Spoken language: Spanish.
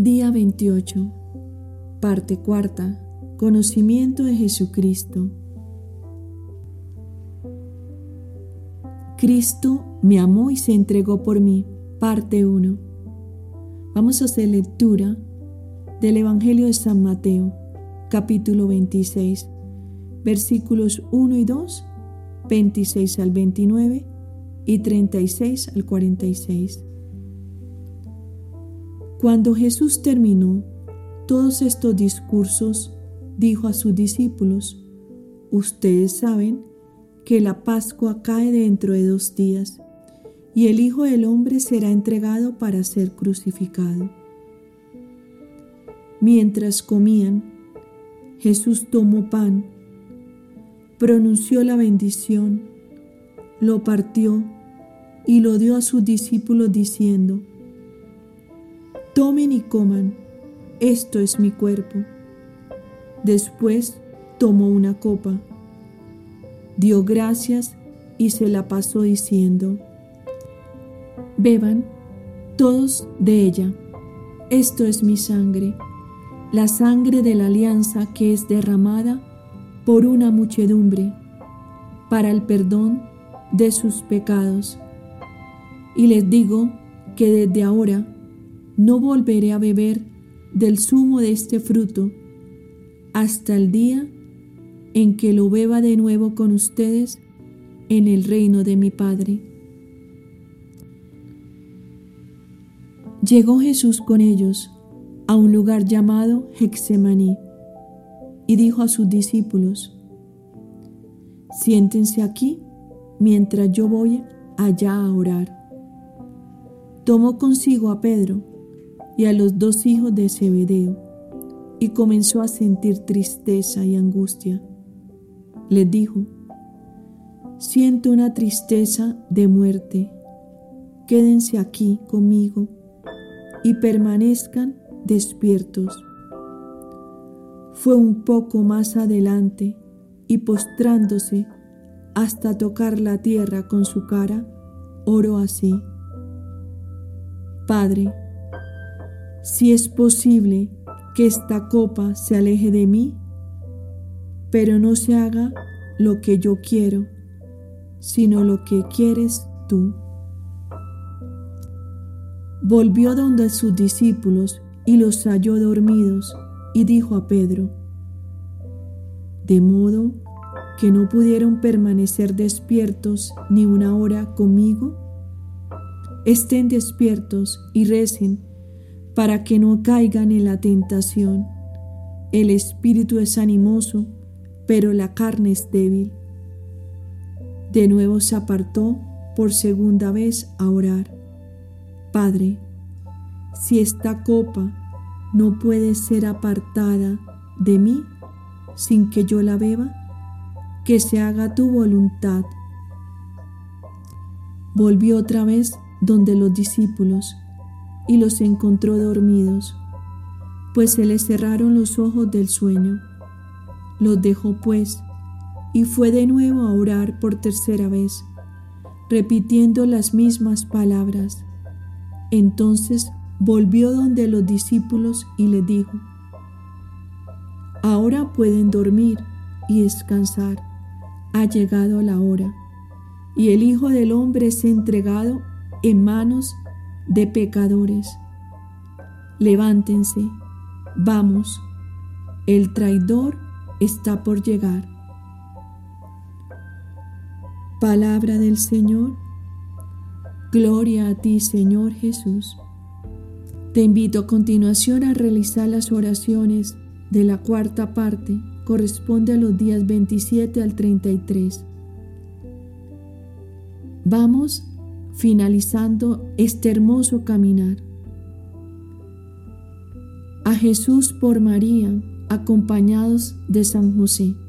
Día 28, parte cuarta, conocimiento de Jesucristo. Cristo me amó y se entregó por mí, parte 1. Vamos a hacer lectura del Evangelio de San Mateo, capítulo 26, versículos 1 y 2, 26 al 29 y 36 al 46. Cuando Jesús terminó todos estos discursos, dijo a sus discípulos: ustedes saben que la Pascua cae dentro de 2 días y el Hijo del Hombre será entregado para ser crucificado. Mientras comían, Jesús tomó pan, pronunció la bendición, lo partió y lo dio a sus discípulos diciendo: tomen y coman, esto es mi cuerpo. Después tomó una copa, dio gracias y se la pasó diciendo: beban todos de ella, esto es mi sangre, la sangre de la alianza que es derramada por una muchedumbre para el perdón de sus pecados. Y les digo que desde ahora no volveré a beber del zumo de este fruto hasta el día en que lo beba de nuevo con ustedes en el reino de mi Padre. Llegó Jesús con ellos a un lugar llamado Getsemaní y dijo a sus discípulos: siéntense aquí mientras yo voy allá a orar. Tomó consigo a Pedro y a los 2 hijos de Zebedeo y comenzó a sentir tristeza y angustia. Les dijo: siento una tristeza de muerte, quédense aquí conmigo y permanezcan despiertos. Fue un poco más adelante y postrándose hasta tocar la tierra con su cara, oró así: Padre, si es posible que esta copa se aleje de mí, pero no se haga lo que yo quiero, sino lo que quieres tú. Volvió donde sus discípulos y los halló dormidos y dijo a Pedro: ¿de modo que no pudieron permanecer despiertos ni una hora conmigo? Estén despiertos y recen para que no caigan en la tentación. El espíritu es animoso, pero la carne es débil. De nuevo se apartó por segunda vez a orar: Padre, si esta copa no puede ser apartada de mí sin que yo la beba, que se haga tu voluntad. Volvió otra vez donde los discípulos y los encontró dormidos, pues se les cerraron los ojos del sueño. Los dejó pues y fue de nuevo a orar por tercera vez, repitiendo las mismas palabras. Entonces volvió donde los discípulos y les dijo: ahora pueden dormir y descansar, ha llegado la hora, y el Hijo del Hombre es entregado en manos de pecadores. Levántense, vamos, el traidor está por llegar. Palabra del Señor. Gloria a ti, Señor Jesús. Te invito a continuación a realizar las oraciones de la cuarta parte, corresponde a los días 27 al 33. Vamos finalizando este hermoso caminar. A Jesús por María, acompañados de San José.